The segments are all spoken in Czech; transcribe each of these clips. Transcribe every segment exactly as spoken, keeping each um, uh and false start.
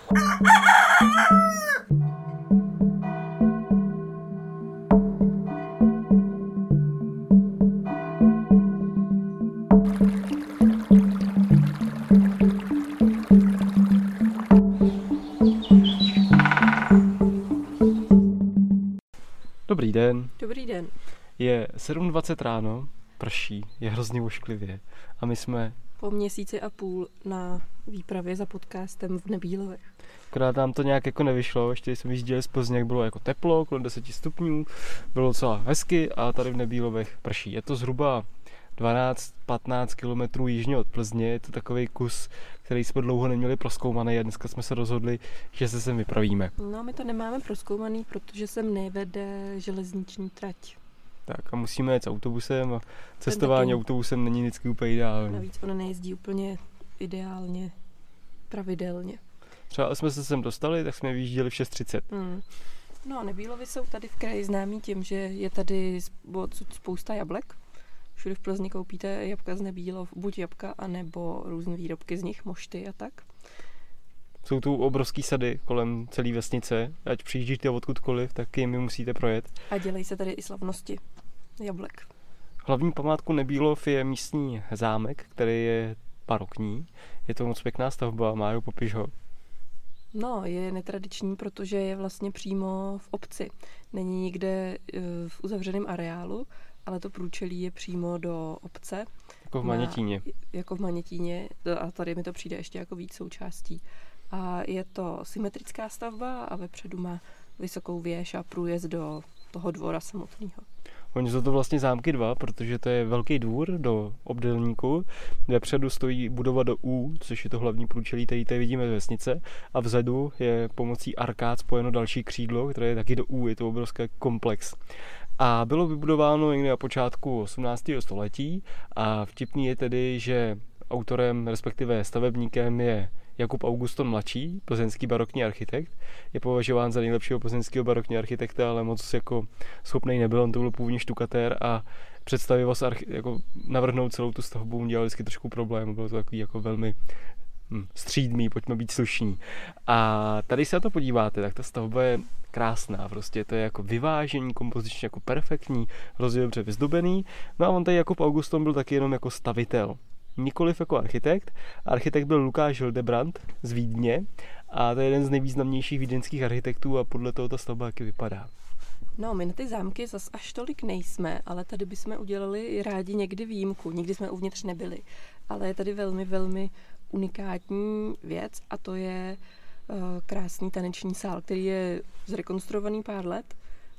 Dobrý den. Dobrý den. Je sedm dvacet ráno, prší, je hrozně ošklivě a my jsme po měsíci a půl na výpravě za podcastem v Nebílovech. Akorát nám to nějak jako nevyšlo, ještě jsme vyjížděli z Plzně, jak bylo jako teplo, kolem deset stupňů, bylo docela hezky a tady v Nebílovech prší. Je to zhruba dvanáct patnáct kilometrů jižně od Plzně, je to takový kus, který jsme dlouho neměli prozkoumaný a dneska jsme se rozhodli, že se sem vypravíme. No, my to nemáme prozkoumaný, protože sem nevede železniční trať. Tak a musíme jet s autobusem a cestování autobusem není vždycky úplně ideální. Navíc ona nejezdí úplně ideálně, pravidelně. Třeba jsme se sem dostali, tak jsme vyjížděli v šest třicet. Hmm. No, Nebílovy jsou tady v kraji známí tím, že je tady spousta jablek. Všude v Plzni koupíte jabka z Nebílov, buď jabka, anebo různé výrobky z nich, mošty a tak. Jsou tu obrovský sady kolem celé vesnice, ať přijíždíte odkudkoliv, tak jimi musíte projet. A dělají se tady i slavnosti jablek. Hlavní památkou Nebílov je místní zámek, který je barokní. Je to moc pěkná stavba, Májo, popiš ho. No, je netradiční, protože je vlastně přímo v obci. Není nikde v uzavřeném areálu, ale to průčelí je přímo do obce. Jako v Manětíně. Na, jako v Manětíně a tady mi to přijde ještě jako víc součástí. A je to symetrická stavba a vepředu má vysokou věž a průjezd do toho dvora samotného. Oni jsou to vlastně zámky dva, protože to je velký dvůr do obdélníku. Vepředu stojí budova do U, což je to hlavní průčelí, tady tady vidíme z vesnice. A vzadu je pomocí arkád spojeno další křídlo, které je taky do U, je to obrovský komplex. A bylo vybudováno někdy na počátku osmnáctého století a vtipný je tedy, že autorem, respektive stavebníkem je Jakub Auguston mladší, plzeňský barokní architekt. Je považován za nejlepšího plzeňského barokního architekta, ale moc jako schopnej nebyl, on to byl původně štukatér a představivost archi- jako navrhnout celou tu stavbu mu dělal vždycky trošku problém, bylo to takový jako velmi hm, střídmý, pojďme být slušní. A tady se na to podíváte, tak ta stavba je krásná, prostě to je jako vyvážení, kompozičně jako perfektní, hrozně dobře vyzdobený. No a on tady Jakub Auguston byl taky jenom jako stavitel. Nikoliv jako architekt. Architekt byl Lukáš Hildebrand z Vídně a to je jeden z nejvýznamnějších vídeňských architektů a podle toho ta stavba taky vypadá. No, my na ty zámky zas až tolik nejsme, ale tady bychom udělali rádi někdy výjimku. Nikdy jsme uvnitř nebyli, ale je tady velmi, velmi unikátní věc a to je uh, krásný taneční sál, který je zrekonstruovaný pár let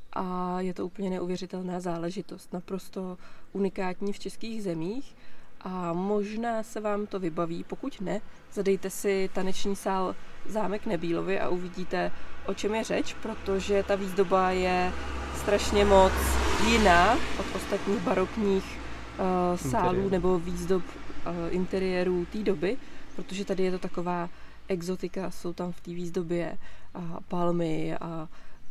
a je to úplně neuvěřitelná záležitost. Naprosto unikátní v českých zemích. A možná se vám to vybaví, pokud ne, zadejte si taneční sál Zámek Nebílovy a uvidíte, o čem je řeč, protože ta výzdoba je strašně moc jiná od ostatních barokních uh, sálů Interiér. nebo výzdob uh, interiérů té doby, protože tady je to taková exotika, jsou tam v té výzdobě uh, palmy a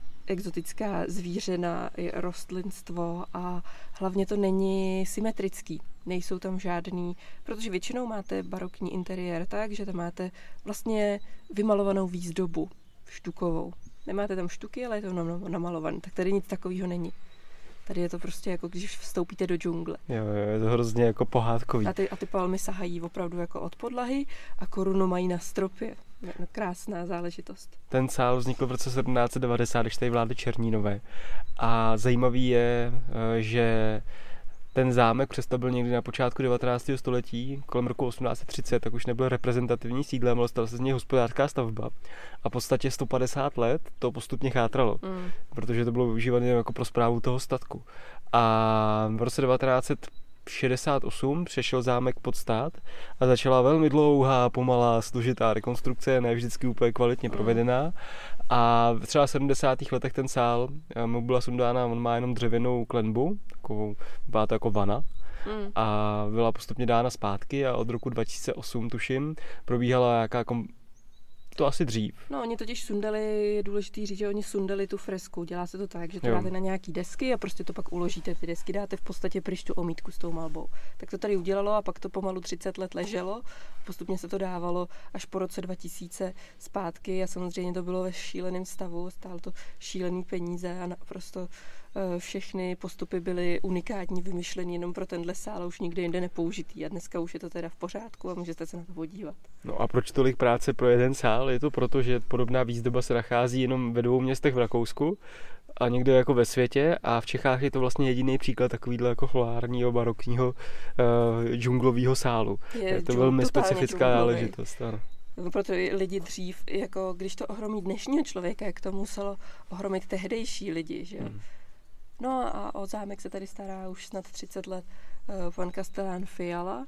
exotická zvířena, rostlinstvo a hlavně to není symetrický. Nejsou tam žádný, protože většinou máte barokní interiér tak, že tam máte vlastně vymalovanou výzdobu štukovou. Nemáte tam štuky, ale je to namalované. Tak tady nic takového není. Tady je to prostě jako když vstoupíte do džungle. Jo, je to hrozně jako pohádkový. A ty, a ty palmy sahají opravdu jako od podlahy a korunu mají na stropě. No, krásná záležitost. Ten sál vznikl v roce sedmnáct set devadesát, když tady vládly Černínové. A zajímavý je, že ten zámek přesto byl někdy na počátku devatenáctého století, kolem roku osmnáct set třicet, tak už nebyl reprezentativní sídlem, ale stala se z něj hospodářská stavba. A v podstatě sto padesát let to postupně chátralo, mm. protože to bylo využívané jako pro správu toho statku. A v roce devatenáct set šedesát osm přešel zámek pod stát a začala velmi dlouhá, pomalá, složitá rekonstrukce, ne vždycky úplně kvalitně provedená. A třeba v sedmdesátých letech ten sál mu byla sundána, on má jenom dřevěnou klenbu, takovou, byla to jako vana. Mm. A byla postupně dána zpátky a od roku dva tisíce osm, tuším, probíhala nějaká kom- to asi dřív. No, oni totiž sundali, je důležitý říct, že oni sundali tu fresku. Dělá se to tak, že to jo. dáte na nějaký desky a prostě to pak uložíte ty desky. Dáte v podstatě pryč tu omítku s tou malbou. Tak to tady udělalo a pak to pomalu třicet let leželo. Postupně se to dávalo až po roce dva tisíce zpátky a samozřejmě to bylo ve šíleném stavu. Stálo to šílený peníze a naprosto všechny postupy byly unikátní, vymyšlený jenom pro tenhle sál a už nikde jinde nepoužitý. A dneska už je to teda v pořádku a můžete se na to podívat. No a proč tolik práce pro jeden sál? Je to proto, že podobná výzdoba se nachází jenom ve dvou městech v Rakousku a někde jako ve světě a v Čechách je to vlastně jediný příklad takovýhle jako folárního, barokního uh, džunglového sálu. Je, je to velmi specifická záležitost. Ano. Proto lidi dřív, jako když to ohromí dnešního člověka, jak to muselo ohromit tehdejší lidi, že jo. Hmm. No a o zámek se tady stará už snad třicet let uh, pan kastelán Fiala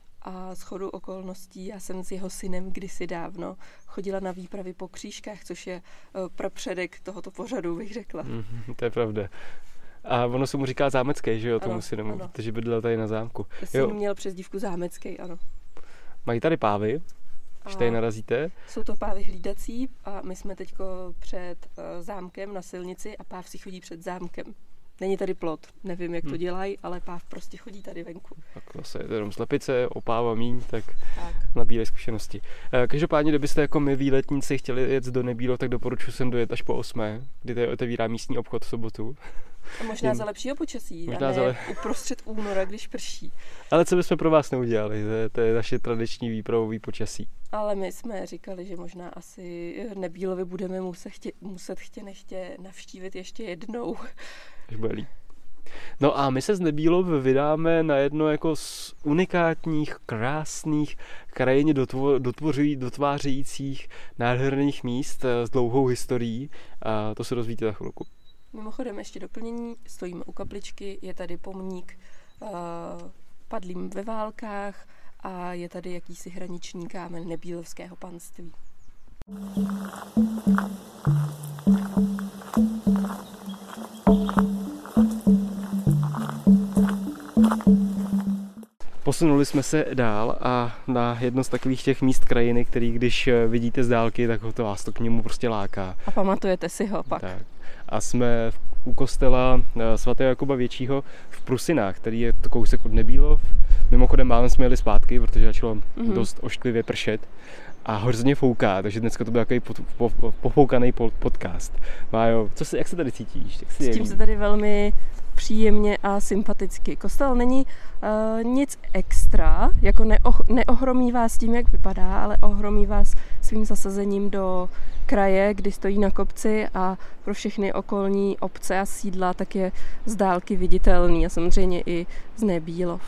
a shodou okolností já jsem s jeho synem kdysi dávno chodila na výpravy po křížkách, což je uh, prapředek tohoto pořadu, bych řekla. Mm, to je pravda. A ono se mu říká Zámecký, že jo, tomu ano, synomu, ano. protože bydlel tady na zámku. Syn měl přezdívku Zámecký, ano. Mají tady pávy, když tady narazíte. Jsou to pávy hlídací a my jsme teďko před uh, zámkem na silnici a páv si chodí před zámkem. Není tady plot, nevím, jak to dělají, ale páv prostě chodí tady venku. Tak zase je to jenom slepice, opáva míň, tak, tak. nabírají zkušenosti. Každopádně, kdybyste jako my výletníci chtěli jet do Nebílov, tak doporučuji sem dojet až po osmé, kdy tady otevírá místní obchod v sobotu. A možná Jen, za lepšího počasí, možná a ne za... uprostřed února, když prší. Ale co bychom pro vás neudělali, to je, to je naše tradiční výpravový počasí. Ale my jsme říkali, že možná asi Nebílovy budeme muset chtě, muset chtě nechtě navštívit ještě jednou. Až bude líp. No a my se z Nebílov vydáme na jedno jako z unikátních, krásných, krajině dotvo, dotvoří, dotvářejících nádherných míst s dlouhou historií. A to se dozvíte za chvilku. Mimochodem ještě doplnění, stojíme u kapličky, je tady pomník uh, padlým ve válkách a je tady jakýsi hraniční kámen nebílovského panství. Posunuli jsme se dál a na jedno z takových těch míst krajiny, který když vidíte z dálky, tak ho to vás to k němu prostě láká. A pamatujete si ho pak. Tak. A jsme u kostela svatého Jakuba Většího v Prusinách, který je to kousek od Nebílov. Mimochodem málem jsme jeli zpátky, protože začalo mm-hmm. dost ošklivě pršet a hrozně fouká, takže dneska to byl takový po, po, po, pofoukaný podcast. Májo, co se, jak se tady cítíš? Jak S tím se tady velmi příjemně a sympaticky. Kostel není uh, nic extra, jako neoh, neohromí vás tím, jak vypadá, ale ohromí vás svým zasazením do kraje, kdy stojí na kopci a pro všechny okolní obce a sídla tak je z dálky viditelný a samozřejmě i z Nebílov.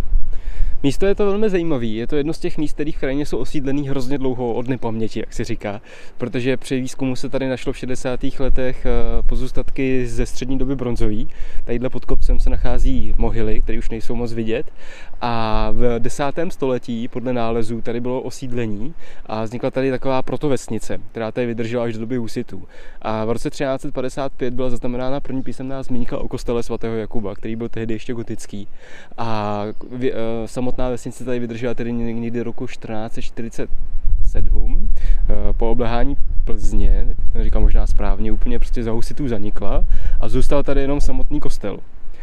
Místo je to velmi zajímavé. Je to jedno z těch míst, které v krajině jsou osídlený hrozně dlouho od nepaměti, jak se říká. Protože při výzkumu se tady našlo v šedesátých letech pozůstatky ze střední doby bronzové. Tadyhle pod kopcem se nachází mohyly, které už nejsou moc vidět. A v desátém století podle nálezů tady bylo osídlení a vznikla tady taková protovesnice, která tady vydržela až do doby husitů. A v roce třináct set padesát pět byla zaznamenána první písemná zmínka o kostele svatého Jakuba, který byl tehdy ještě gotický. A samotná vesnice tady vydržela tedy někdy roku čtrnáct set čtyřicet sedm po obléhání Plzně, říkám možná správně, úplně prostě za husitů zanikla a zůstal tady jenom samotný kostel.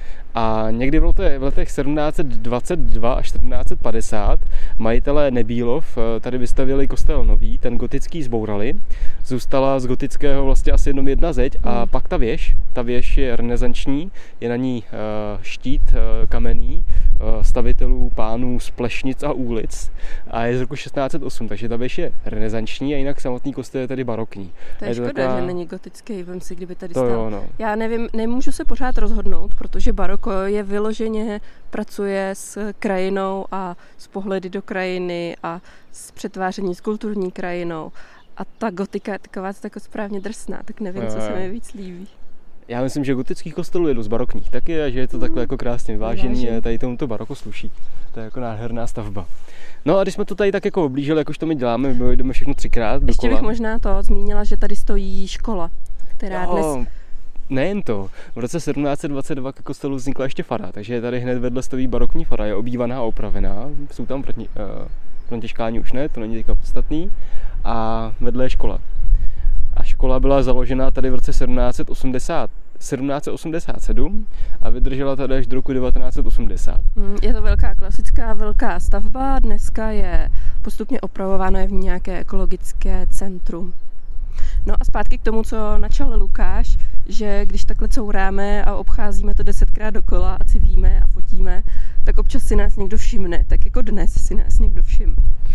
A někdy v letech, v letech sedmnáct set dvacet dva až sedmnáct set padesát majitelé Nebílov tady vystavili kostel nový, ten gotický zbourali. Zůstala z gotického vlastně asi jenom jedna zeď a hmm. pak ta věž. Ta věž je renesanční, je na ní štít kamenný stavitelů pánů z Plešnic a Úlic a je z roku šestnáct set osm, takže ta věž je renesanční a jinak samotný kostel je tedy barokní. To je, je škoda, to taková... že není gotický, vem si, kdyby tady stál. Jo, no. Já nevím, nemůžu se pořád rozhodnout, protože baroko je vyloženě, pracuje s krajinou a s pohledy do krajiny a s přetváření s kulturní krajinou. A ta gotika je taková tako správně drsná, tak nevím, jo, co se mi víc líbí. Já myslím, že gotických kostelů je dost barokních taky a že je to takhle jako krásně vyvážený a tady tomuto baroko sluší. To je jako nádherná stavba. No a když jsme to tady tak jako oblížili, jak už to my děláme, my jdeme všechno třikrát dokola. Ještě bych možná to zmínila, že tady stojí škola, která jo, dnes... Nejen to, v roce sedmnáct set dvacet dva ke kostelu vznikla ještě fara, takže tady hned vedle stojí barokní fara, je obývaná a opravená, jsou tam vrtní, uh, františkáni už ne, to není teďka podstatný. A vedle je škola. A škola byla založena tady v roce sedmnáct set osmdesát, sedmnáct set osmdesát sedm a vydržela tady až do roku devatenáct set osmdesát. Je to velká klasická velká stavba, dneska je postupně opravováno, je v ní nějaké ekologické centrum. No a zpátky k tomu, co načal Lukáš, že když takhle couráme a obcházíme to desetkrát dokola a civíme a fotíme, tak občas si nás někdo všimne, tak jako dnes si nás někdo všiml.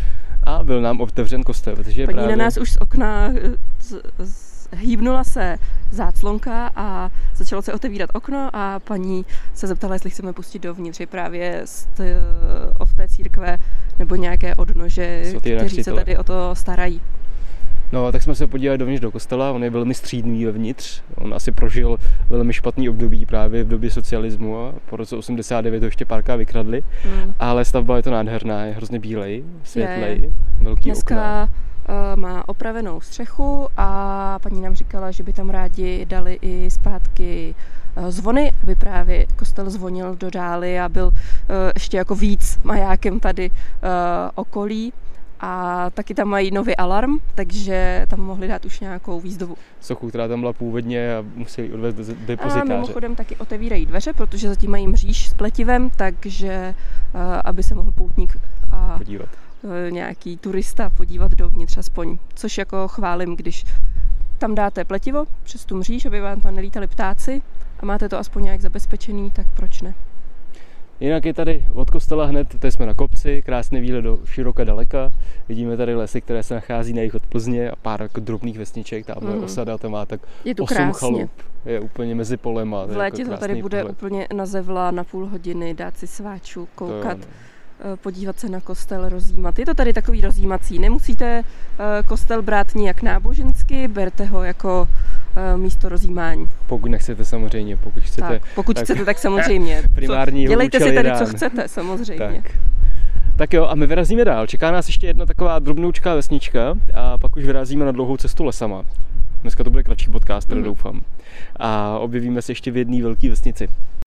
A byl nám otevřen kostel, protože Paní právě... na nás už z okna z, z, hýbnula se záclonka a začalo se otevírat okno a paní se zeptala, jestli chceme pustit dovnitř, je právě z t, od té církve nebo nějaké odnože, kteří se tady o to starají. No, tak jsme se podívali dovnitř do kostela, on je velmi střídný vevnitř, on asi prožil velmi špatný období právě v době socialismu a po roce osmdesát devět to ještě párkrát vykradli, hmm. ale stavba je to nádherná, je hrozně bílej, světlej, je. velký Dneska okna. Uh, má opravenou střechu a paní nám říkala, že by tam rádi dali i zpátky uh, zvony, aby právě kostel zvonil do dály a byl uh, ještě jako víc majákem tady uh, okolí. A taky tam mají nový alarm, takže tam mohli dát už nějakou výzdobu. Sochu, která tam byla původně a museli odvést do depozitáře. A mimochodem taky otevírají dveře, protože zatím mají mříž s pletivem, takže uh, aby se mohl poutník a podívat. Uh, nějaký turista podívat dovnitř aspoň. Což jako chválím, když tam dáte pletivo přes tu mříž, aby vám tam nelítali ptáci a máte to aspoň nějak zabezpečený, tak proč ne? Jinak je tady od kostela hned, tady jsme na kopci, krásný výhled do široka daleka. Vidíme tady lesy, které se nachází na jih od Plzně a pár jako drobných vesniček. Tamhle mm. osada, to má tak osm chalup. Je úplně mezi polema. V létě jako to tady bude pohled. Úplně na zevla na půl hodiny, dát si sváčů, koukat, jo, podívat se na kostel, rozjímat. Je to tady takový rozjímací. Nemusíte kostel brát nijak nábožensky, berte ho jako místo rozjímání. Pokud nechcete samozřejmě, pokud chcete. Tak, pokud tak, chcete, tak samozřejmě. Primární dělejte si tady, rán. co chcete, samozřejmě. Tak. tak jo, a my vyrazíme dál. Čeká nás ještě jedna taková drobnoučká vesnička a pak už vyrazíme na dlouhou cestu lesama. Dneska to bude kratší podcast, mm. doufám. A objevíme se ještě v jedné velké vesnici.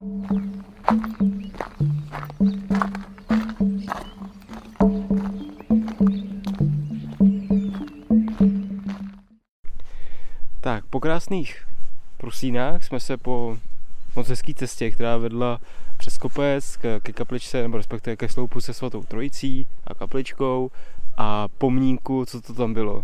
Tak, po krásných Prusínách jsme se po moc hezký cestě, která vedla přes kopec ke kapličce, nebo respektive ke sloupu se svatou trojicí a kapličkou a pomníku, co to tam bylo?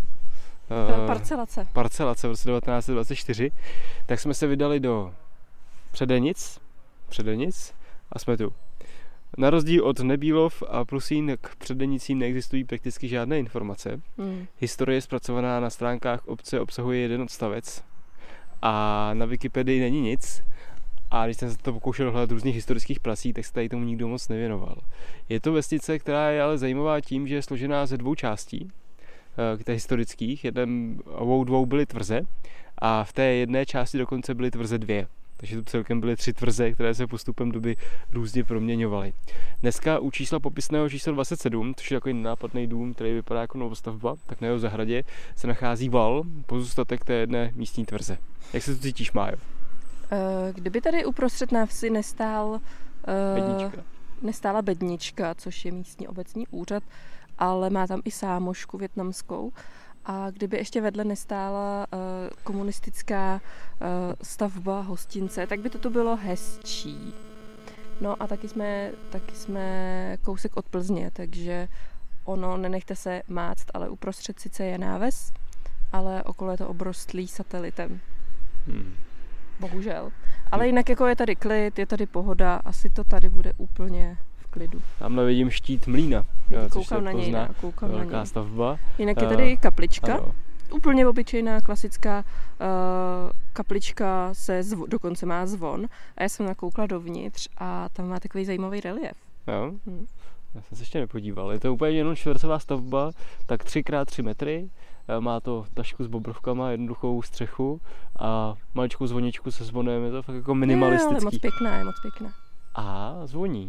Parcelace. Parcelace v roce devatenáct set dvacet čtyři. Tak jsme se vydali do Předenic, Předenic a jsme tu. Na rozdíl od Nebílov a Prusín k Předenicím neexistují prakticky žádné informace. Hmm. Historie zpracovaná na stránkách obce obsahuje jeden odstavec a na Wikipedii není nic. A když jsem se to pokoušel hledat různých historických prací, tak se tady tomu nikdo moc nevěnoval. Je to vesnice, která je ale zajímavá tím, že je složená ze dvou částí, těch historických. Jeden, obou dvou byly tvrze a v té jedné části dokonce byly tvrze dvě. Takže tu celkem byly tři tvrze, které se postupem doby různě proměňovaly. Dneska u čísla popisného číslo dvacet sedm, což je takový nenápadný dům, který vypadá jako novostavba, tak na jeho zahradě se nachází val, pozůstatek té jedné místní tvrze. Jak se to cítíš, Májo? Kdyby tady uprostřed návsi nestál, bednička. nestála bednička, což je místní obecní úřad, ale má tam i sámošku vietnamskou, a kdyby ještě vedle nestála uh, komunistická uh, stavba hostince, tak by to tu bylo hezčí. No a taky jsme, taky jsme kousek od Plzně, takže ono, nenechte se máct, ale uprostřed sice je náves, ale okolo je to obrostlý satelitem. Hmm. Bohužel. Ale jinak jako je tady klid, je tady pohoda, asi to tady bude úplně v klidu. Tamhle vidím štít mlýna, koukám na něj, na, koukám velká na něj. stavba. Jinak je tady kaplička, ano. Úplně obyčejná, klasická uh, kaplička, se zvo, dokonce má zvon a já jsem nakoukla dovnitř a tam má takový zajímavý relief. Jo? Hmm. Já jsem se ještě nepodíval. Je to úplně jenom čtvercová stavba, tak tři krát tři metry. Má to tašku s bobrovkama, jednoduchou střechu a maličkou zvoničku se zvonem. Je to fakt jako minimalistický. Je, ale moc pěkná, je moc pěkná. A zvoní.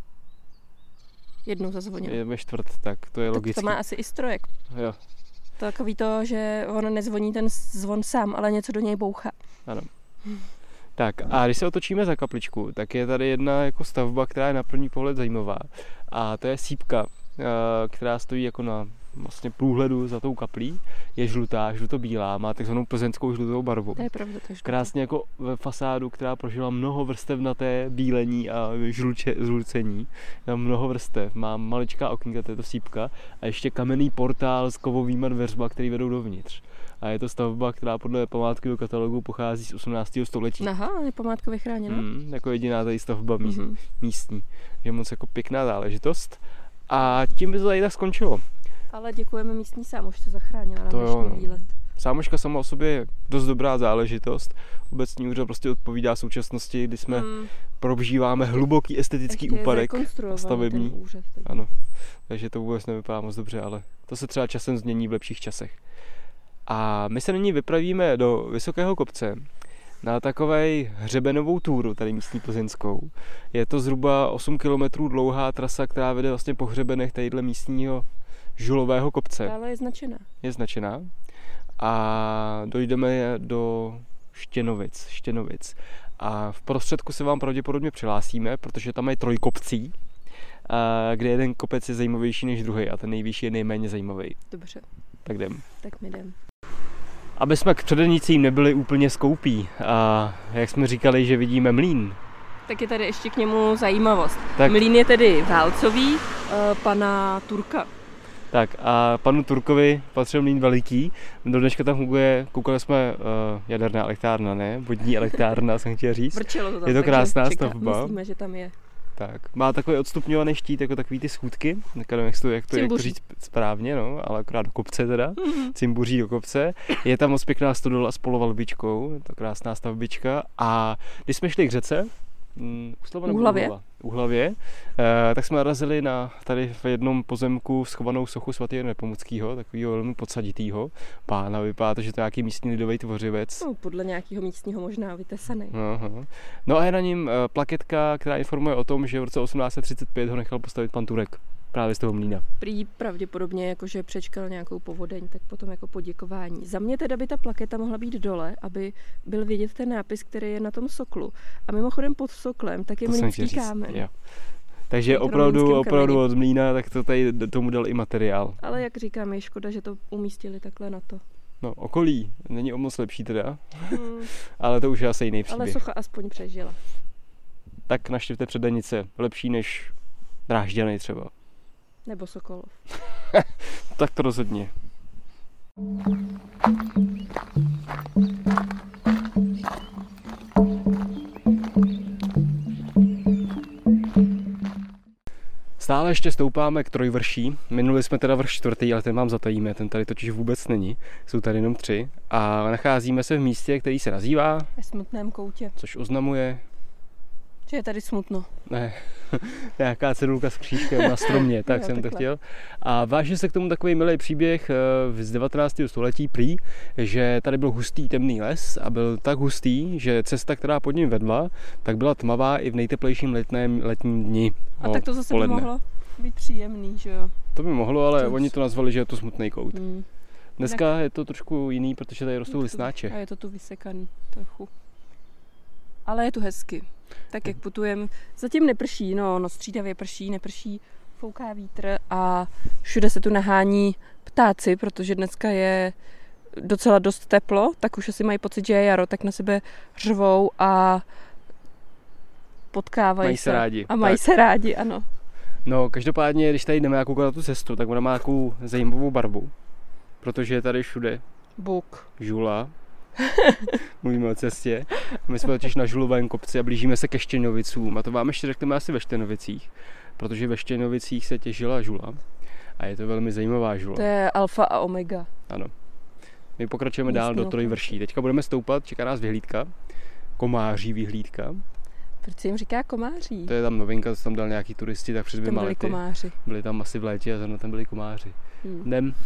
Jednou zazvonil. Je ve čtvrt, tak to je tak logický. To má asi i strojek. Jo. To je takový to, že on nezvoní ten zvon sám, ale něco do něj bouchá. Ano. Tak a když se otočíme za kapličku, tak je tady jedna jako stavba, která je na první pohled zajímavá. A to je sýpka která stojí jako na vlastně průhledu za tou kaplí, je žlutá, žlutobílá, má takzvanou plzeňskou žlutou barvu. To je pravda, to je krásně jako ve fasádu, která prožila mnoho vrstevnaté bílení a žluče, žlucení. Tam mnoho vrstev, má maličká okýnka, to je to sípka, a ještě kamenný portál s kovovýma dveřma, který vedou dovnitř. A je to stavba, která podle památkového katalogu pochází z osmnáctého století. Aha, je památkově chráněna. Mm, jako jediná tady stavba míst, mm-hmm. místní. Je moc jako pěkná záležitost. A tím by to tady tak skončilo. Ale děkujeme místní sámošce, zachránila na to dnešní jo, výlet. Sámoška sama o sobě je dost dobrá záležitost. Obecní úřad prostě odpovídá současnosti, kdy jsme hmm. prožíváme hluboký estetický Ještě úpadek stavební. Úřad, ano, takže to vůbec nevypadá moc dobře, ale to se třeba časem změní v lepších časech. A my se nyní vypravíme do Vysokého kopce na takovej hřebenovou túru, tady místní plzeňskou. Je to zhruba osm kilometrů dlouhá trasa, která vede vlastně po hřebenech tadyhle místního žulového kopce. Ale je značená. Je značená. A dojdeme do Štěnovic, Štěnovic. A v prostředku se vám pravděpodobně přihlásíme, protože tam je trojkopcí, kde jeden kopec je zajímavější než druhý a ten nejvyšší je nejméně zajímavý. Dobře. Tak jdem. Tak my jdem. Aby jsme k předenicím nebyli úplně skoupí a jak jsme říkali, že vidíme mlýn. Tak je tady ještě k němu zajímavost. Tak. Mlýn je tedy válcový pana Turka. Tak a panu Turkovi patřil mlýn veliký. Do dneška tam funguje, koukali jsme, uh, jaderná elektrárna, ne? Vodní elektrárna, jsem chtěl říct. Vrčelo to tam, je to krásná čeká, stavba. Myslíme, že tam je. Tak, má takový odstupňovaný štít, jako takový ty schůdky, nevím, jak to, jak to, jak to říct správně, no, ale akorát do kopce teda, mm-hmm. Cimbuří do kopce. Je tam moc pěkná stodola s polovalbičkou, je to krásná stavbička. A když jsme šli k řece, Úhlavě, Úhlavě eh, tak jsme narazili na tady v jednom pozemku schovanou sochu svatého Nepomuckého, takového velmi podsaditýho pána. Vypadá to, že to je nějaký místní lidový tvořivec. No, podle nějakého místního možná vytesaný. Aha. No a je na něm eh, plaketka, která informuje o tom, že v roce osmnáct set třicet pět ho nechal postavit pan Turek. Právě z toho mlýna. Prý pravděpodobně, jakože přečkal nějakou povodeň, tak potom jako poděkování. Za mě teda by ta plaketa mohla být dole, aby byl vidět ten nápis, který je na tom soklu. A mimochodem pod soklem, tak je mlýnský kámen. Jo. Takže opravdu, opravdu od mlýna, tak to tady tomu dal i materiál. Ale jak říkám, je škoda, že to umístili takhle na to. No, okolí není o moc lepší teda, hmm. ale to už je asi jiný příběh. Ale socha aspoň přežila. Tak naštěvte předanice, lepší než Drážďany třeba. Nebo Sokolov. Tak to rozhodně. Stále ještě stoupáme k Trojvrší. Minuli jsme teda vrch čtvrtý, ale ten vám zatajíme, ten tady totiž vůbec není. Jsou tady jenom tři. A nacházíme se v místě, který se nazývá... Ve Smutném koutě. Což oznamuje... Že je tady smutno. Ne, nějaká cedulka s křížkem na stromě, tak jo, jsem takhle to chtěl. A vážně se k tomu takový milý příběh z devatenáctého století prý, že tady byl hustý temný les a byl tak hustý, že cesta, která pod ním vedla, tak byla tmavá i v nejteplejším letném, letním dni. A tak to zase by mohlo být příjemný, že jo? To by mohlo, ale Čus. Oni to nazvali, že je to smutný kout. Hmm. Dneska tak je to trošku jiný, protože tady rostou listnáče. A je to tu vysekaný trochu. Ale je tu hezky. Tak jak putujeme, zatím neprší, no, no střídavě prší, neprší, fouká vítr a všude se tu nahání ptáci, protože dneska je docela dost teplo, tak už asi mají pocit, že je jaro, tak na sebe řvou a potkávají mají se. rádi. A mají tak. se rádi, ano. No, každopádně, když tady jdeme jako na tu cestu, tak ona má takovou zajímavou barvu, protože je tady všude buk, žula. Mluvíme o cestě. My jsme totiž na žulovém kopci a blížíme se ke Štěnovicům. A to vám ještě řekneme asi ve Štěnovicích, protože ve Štěnovicích se těžila žula a je to velmi zajímavá žula. To je alfa a omega. Ano. My pokračujeme Místnou dál do Trojvrší. Teďka budeme stoupat, čeká nás vyhlídka. Komáří vyhlídka. Proč se jim říká komáří? To je tam novinka, tam dal nějaký turisti, tak před dvěma lety. Byli komáři. Byli tam asi v létě a zrovna tam byli komáři. Hmm. Jdem.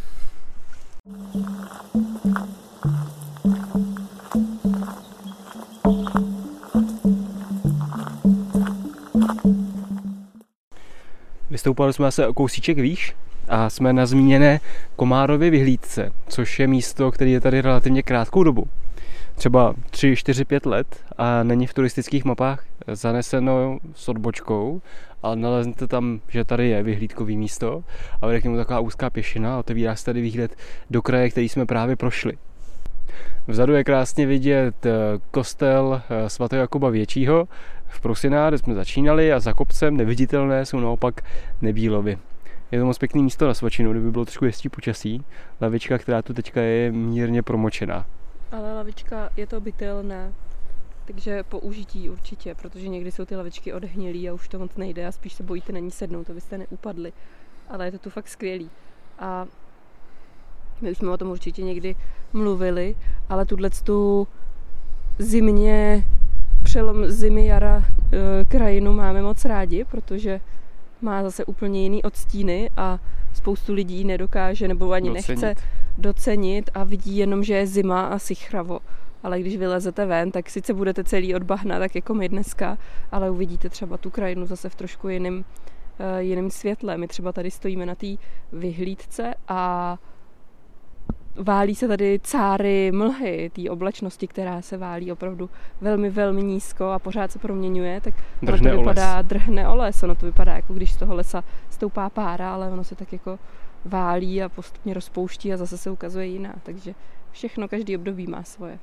Vystoupali jsme se o kousíček výš a jsme na zmíněné Komárově vyhlídce, což je místo, které je tady relativně krátkou dobu. Třeba tři, čtyři, pět let a není v turistických mapách zaneseno s odbočkou, ale naleznete tam, že tady je vyhlídkový místo a vede k němu taková úzká pěšina a otevírá se tady výhled do kraje, který jsme právě prošli. Vzadu je krásně vidět kostel svatého Jakuba Většího v Prusinách, kde jsme začínali, a za kopcem neviditelné jsou naopak Nebílovy. Je to moc pěkný místo na svačinu, kdyby bylo trošku hezčí počasí. Lavička, která tu teďka je, mírně promočená. Ale lavička je to bytelná, takže použití určitě, protože někdy jsou ty lavičky odhnilý a už to moc nejde a spíš se bojíte na ní sednout, abyste neupadli. Ale je to tu fakt skvělý. A my už jsme o tom určitě někdy mluvili, ale tuto zimně, přelom zimy, jara, e, krajinu máme moc rádi, protože má zase úplně jiný odstíny a spoustu lidí nedokáže nebo ani docenit. nechce docenit a vidí jenom, že je zima a sichravo. Ale když vylezete ven, tak sice budete celý od bahna, tak jako my dneska, ale uvidíte třeba tu krajinu zase v trošku jiném, e, jiném světle. My třeba tady stojíme na té vyhlídce a válí se tady cáry mlhy, té oblačnosti, která se válí opravdu velmi, velmi nízko a pořád se proměňuje, tak drhne ono to vypadá, o les. drhne o les, ono to vypadá, jako když z toho lesa stoupá pára, ale ono se tak jako válí a postupně rozpouští a zase se ukazuje jiná, takže všechno, každý období má svoje.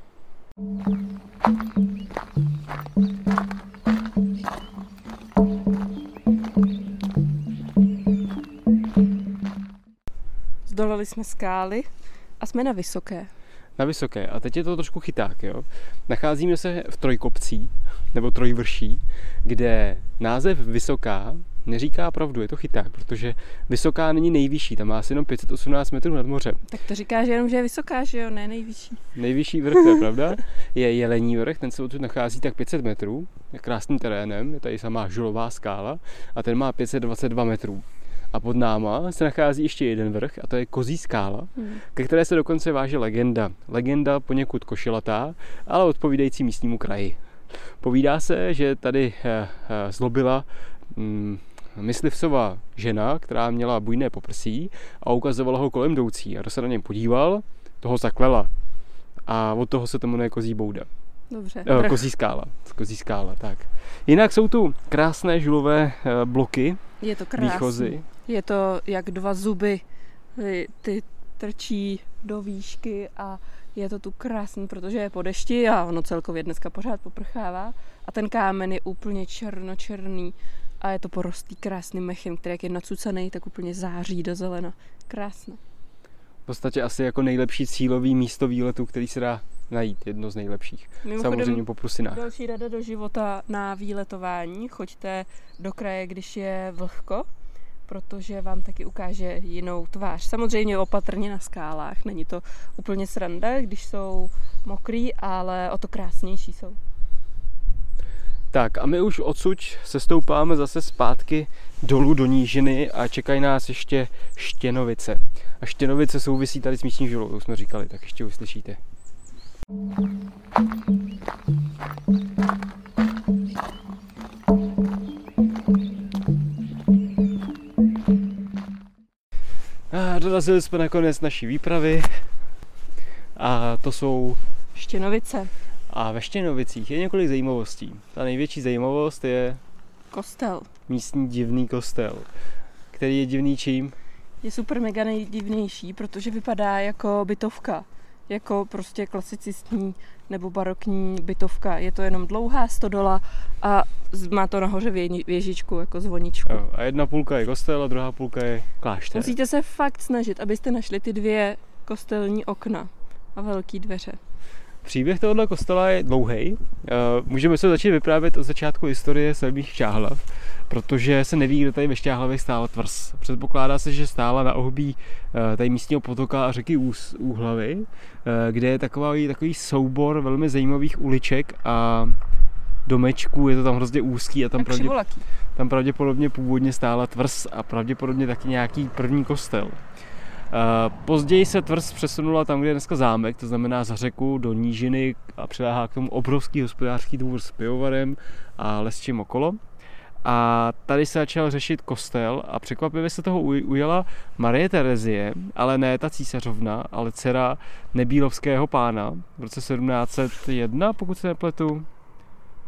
Zdolali jsme skály a jsme na Vysoké. Na Vysoké. A teď je to trošku chyták, jo. Nacházíme se v Trojkopcí, nebo Trojvrší, kde název Vysoká neříká pravdu, je to chyták, protože Vysoká není nejvyšší, tam má asi jenom pět set osmnáct metrů nad mořem. Tak to říká, že jenom, že je vysoká, že jo, ne nejvyšší. Nejvyšší vrch, to je pravda, je Jelení vrch, ten se odtud nachází tak pět set metrů, je krásným terénem, je tady samá žulová skála a ten má pět set dvacet dva metrů. A pod náma se nachází ještě jeden vrch a to je Kozí skála, hmm. ke které se dokonce váže legenda. Legenda poněkud košilatá, ale odpovídající místnímu kraji. Povídá se, že tady zlobila hm, myslivcová žena, která měla bujné poprsí a ukazovala ho kolem jdoucí. A kdo se na něm podíval, toho zaklela. A od toho se to jmenuje Kozí bouda. Dobře. Eh, kozí skála. Kozí skála, tak. Jinak jsou tu krásné žulové bloky. Je to krásný. Výchozy. Je to jak dva zuby, ty trčí do výšky a je to tu krásný, protože je po dešti a ono celkově dneska pořád poprchává a ten kámen je úplně černočerný a je to porostlý krásným mechem, který jak je nacucaný, tak úplně září do zelena. Krásné. V podstatě asi jako nejlepší cílový místo výletu, který se dá najít, jedno z nejlepších. Mimochodem, samozřejmě po Prusinách. Další rada do života na výletování. Choďte do kraje, když je vlhko, protože vám taky ukáže jinou tvář. Samozřejmě opatrně na skálách. Není to úplně sranda, když jsou mokrý, ale o to krásnější jsou. Tak a my už odsud se stoupáme zase zpátky dolů do nížiny a čekají nás ještě Štěnovice. A Štěnovice souvisí tady s místní žulou, to jsme říkali, tak ještě uslyšíte. A dorazili jsme na konec naší výpravy a to jsou Štěnovice. A ve Štěnovicích je několik zajímavostí. Ta největší zajímavost je kostel. Místní divný kostel, který je divný čím? Je super mega nejdivnější, protože vypadá jako bytovka. Jako prostě klasicistní nebo barokní bytovka. Je to jenom dlouhá stodola a má to nahoře věžičku, jako zvoničku. Jo, a jedna půlka je kostel a druhá půlka je klášter. Musíte se fakt snažit, abyste našli ty dvě kostelní okna a velké dveře. Příběh tohoto kostela je dlouhý. Můžeme se začít vyprávět od začátku historie Sedmých Šťáhlav, protože se neví, kde tady ve Šťáhlavech stála tvrz. Předpokládá se, že stála na ohbí tady místního potoka a řeky Úhlavy, kde je takový, takový soubor velmi zajímavých uliček a domečků, je to tam hrozně úzký a tam, pravdě, tam pravděpodobně původně stála tvrz a pravděpodobně taky nějaký první kostel. Později se tvrz přesunula tam, kde je dneska zámek, to znamená za řeku do nížiny a přiléhá k tomu obrovský hospodářský dvůr s pivovarem a lesčím okolo. A tady se začal řešit kostel a překvapivě se toho ujala Marie Terezie, ale ne ta císařovna, ale dcera Nebílovského pána v roce sedmnáct set jedna, pokud se nepletu.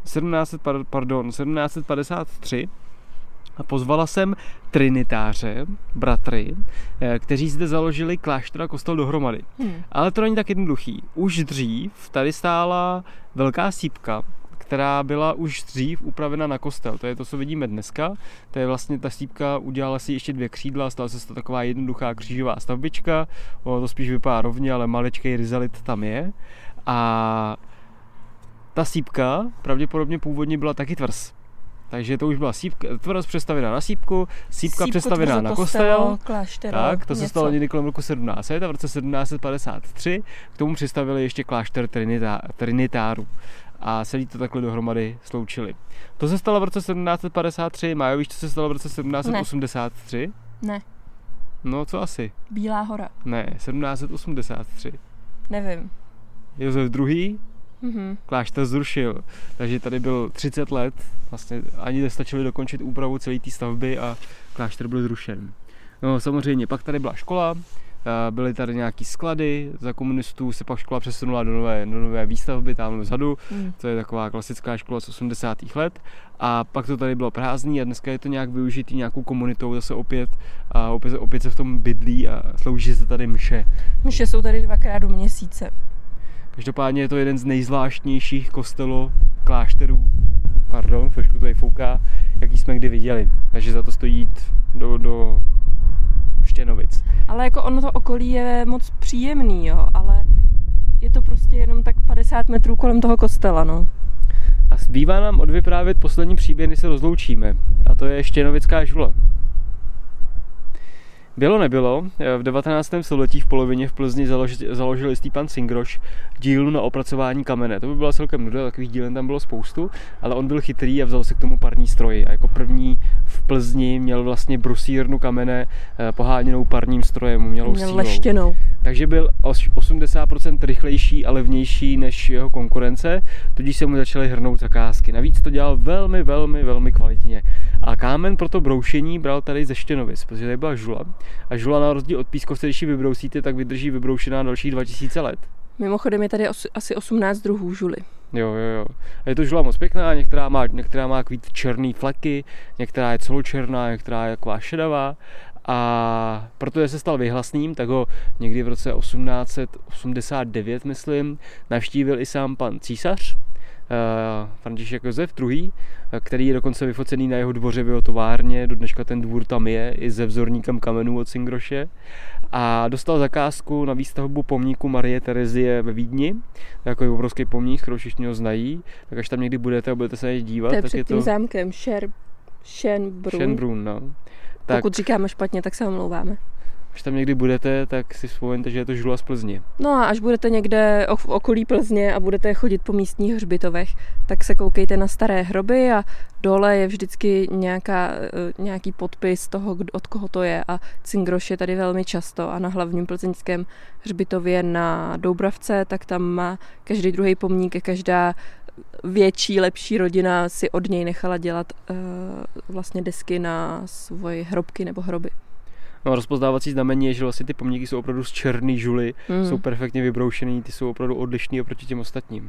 sedmnáct set, pardon, sedmnáct padesát tři a pozvala jsem trinitáře, bratry, kteří zde založili klášter a kostel dohromady. Hmm. Ale to není tak jednoduchý. Už dřív tady stála velká sýpka, která byla už dřív upravena na kostel. To je to, co vidíme dneska. To je vlastně ta sýpka, udělala si ještě dvě křídla, stala se to taková jednoduchá křížová stavbička. Ono to spíš vypadá rovně, ale maličkej rizalit tam je. A ta sýpka pravděpodobně původně byla taky tvrz. Takže to už byla sýpka, tvrz přestavěná na sýpku, sýpka Sýpku přestavěná na kostel. Klášter, tak, to něco. se stalo někdy kolem roku sedmnáct set a v roce sedmnáct padesát tři k tomu přistavili ještě klášter Trinita, Trinitáru. A celý to takhle dohromady sloučili. To se stalo v roce sedmnáct padesát tři, Májo, víš, co se stalo v roce sedmnáct osmdesát tři? Ne. No, co asi? Bílá hora. Ne, sedmnáct osmdesát tři. Nevím. Josef druhý. Mm-hmm. Klášter zrušil, takže tady byl třicet let, vlastně ani nestačili dokončit úpravu celé té stavby a klášter byl zrušen. No samozřejmě, pak tady byla škola, byly tady nějaký sklady, za komunistů se pak škola přesunula do nové, do nové výstavby tam vzadu, mm. to je taková klasická škola z osmdesátých let a pak to tady bylo prázdný a dneska je to nějak využitý nějakou komunitou zase opět a opět, opět se v tom bydlí a slouží se tady mše. Mše jsou tady dvakrát do měsíce. Každopádně je to jeden z nejzvláštnějších kostelů, klášterů, pardon, trošku to tady fouká, jaký jsme kdy viděli. Takže za to stojí jít do, do Štěnovic. Ale jako ono to okolí je moc příjemný, jo, ale je to prostě jenom tak padesát metrů kolem toho kostela, no. A zbývá nám odvyprávět poslední příběh, než se rozloučíme. A to je Štěnovická žula. Bylo nebylo, v devatenáctém století v polovině v Plzni založil, založil jistý pan Cingroš dílnu na opracování kamene. To by byla celkem nuda, takových dílen tam bylo spoustu, ale on byl chytrý a vzal si k tomu parní stroji. A jako první v Plzni měl vlastně brusírnu kamene poháněnou parním strojem, umělou měl sílou. leštěnou. Takže byl osmdesát procent rychlejší a levnější než jeho konkurence, tudíž se mu začaly hrnout zakázky. Navíc to dělal velmi, velmi, velmi kvalitně. A kámen pro to broušení bral tady ze Štěnovic, protože tady byla žula. A žula na rozdíl od pískovce, když ji vybrousíte, tak vydrží vybroušená další dva tisíce let. Mimochodem je tady os, asi osmnáct druhů žuly. Jo, jo, jo. A je to žula moc pěkná, některá má, některá má takový černý fleky, některá je celočerná, některá je taková šedavá. A protože se stal vyhlasným, tak ho někdy v roce osmnáct osmdesát devět, myslím, navštívil i sám pan císař, Uh, František Josef druhý, který je dokonce vyfocený na jeho dvoře v jeho továrně, do dneška ten dvůr tam je, i se vzorníkem kamenů od Cingroše. A dostal zakázku na výstavbu pomníku Marie Terezie ve Vídni, takový obrovský pomník, kterou všichni ho znají, tak až tam někdy budete a budete se na něj dívat. To je tak před je tím to... zámkem Scher... Schönbrunn. Schönbrunn, no. Tak... Pokud říkáme špatně, tak se omlouváme. Až tam někdy budete, tak si vzpomeňte, že je to žula z Plzně. No a až budete někde v okolí Plzně a budete chodit po místních hřbitovech, tak se koukejte na staré hroby a dole je vždycky nějaká, nějaký podpis toho, od koho to je. A Cingroš je tady velmi často a na hlavním plzeňském hřbitově na Doubravce, tak tam má každý druhý pomník, každá větší, lepší rodina si od něj nechala dělat uh, vlastně desky na svoje hrobky nebo hroby. No, rozpoznávací znamení je, že vlastně ty pomníky jsou opravdu z černý žuly, mm. jsou perfektně vybroušený, ty jsou opravdu odlišný oproti těm ostatním.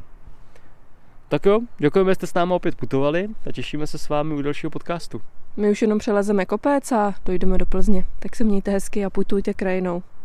Tak jo, děkujeme, že jste s námi opět putovali a těšíme se s vámi u dalšího podcastu. My už jenom přelezeme kopec a dojdeme do Plzně, tak se mějte hezky a putujte krajinou.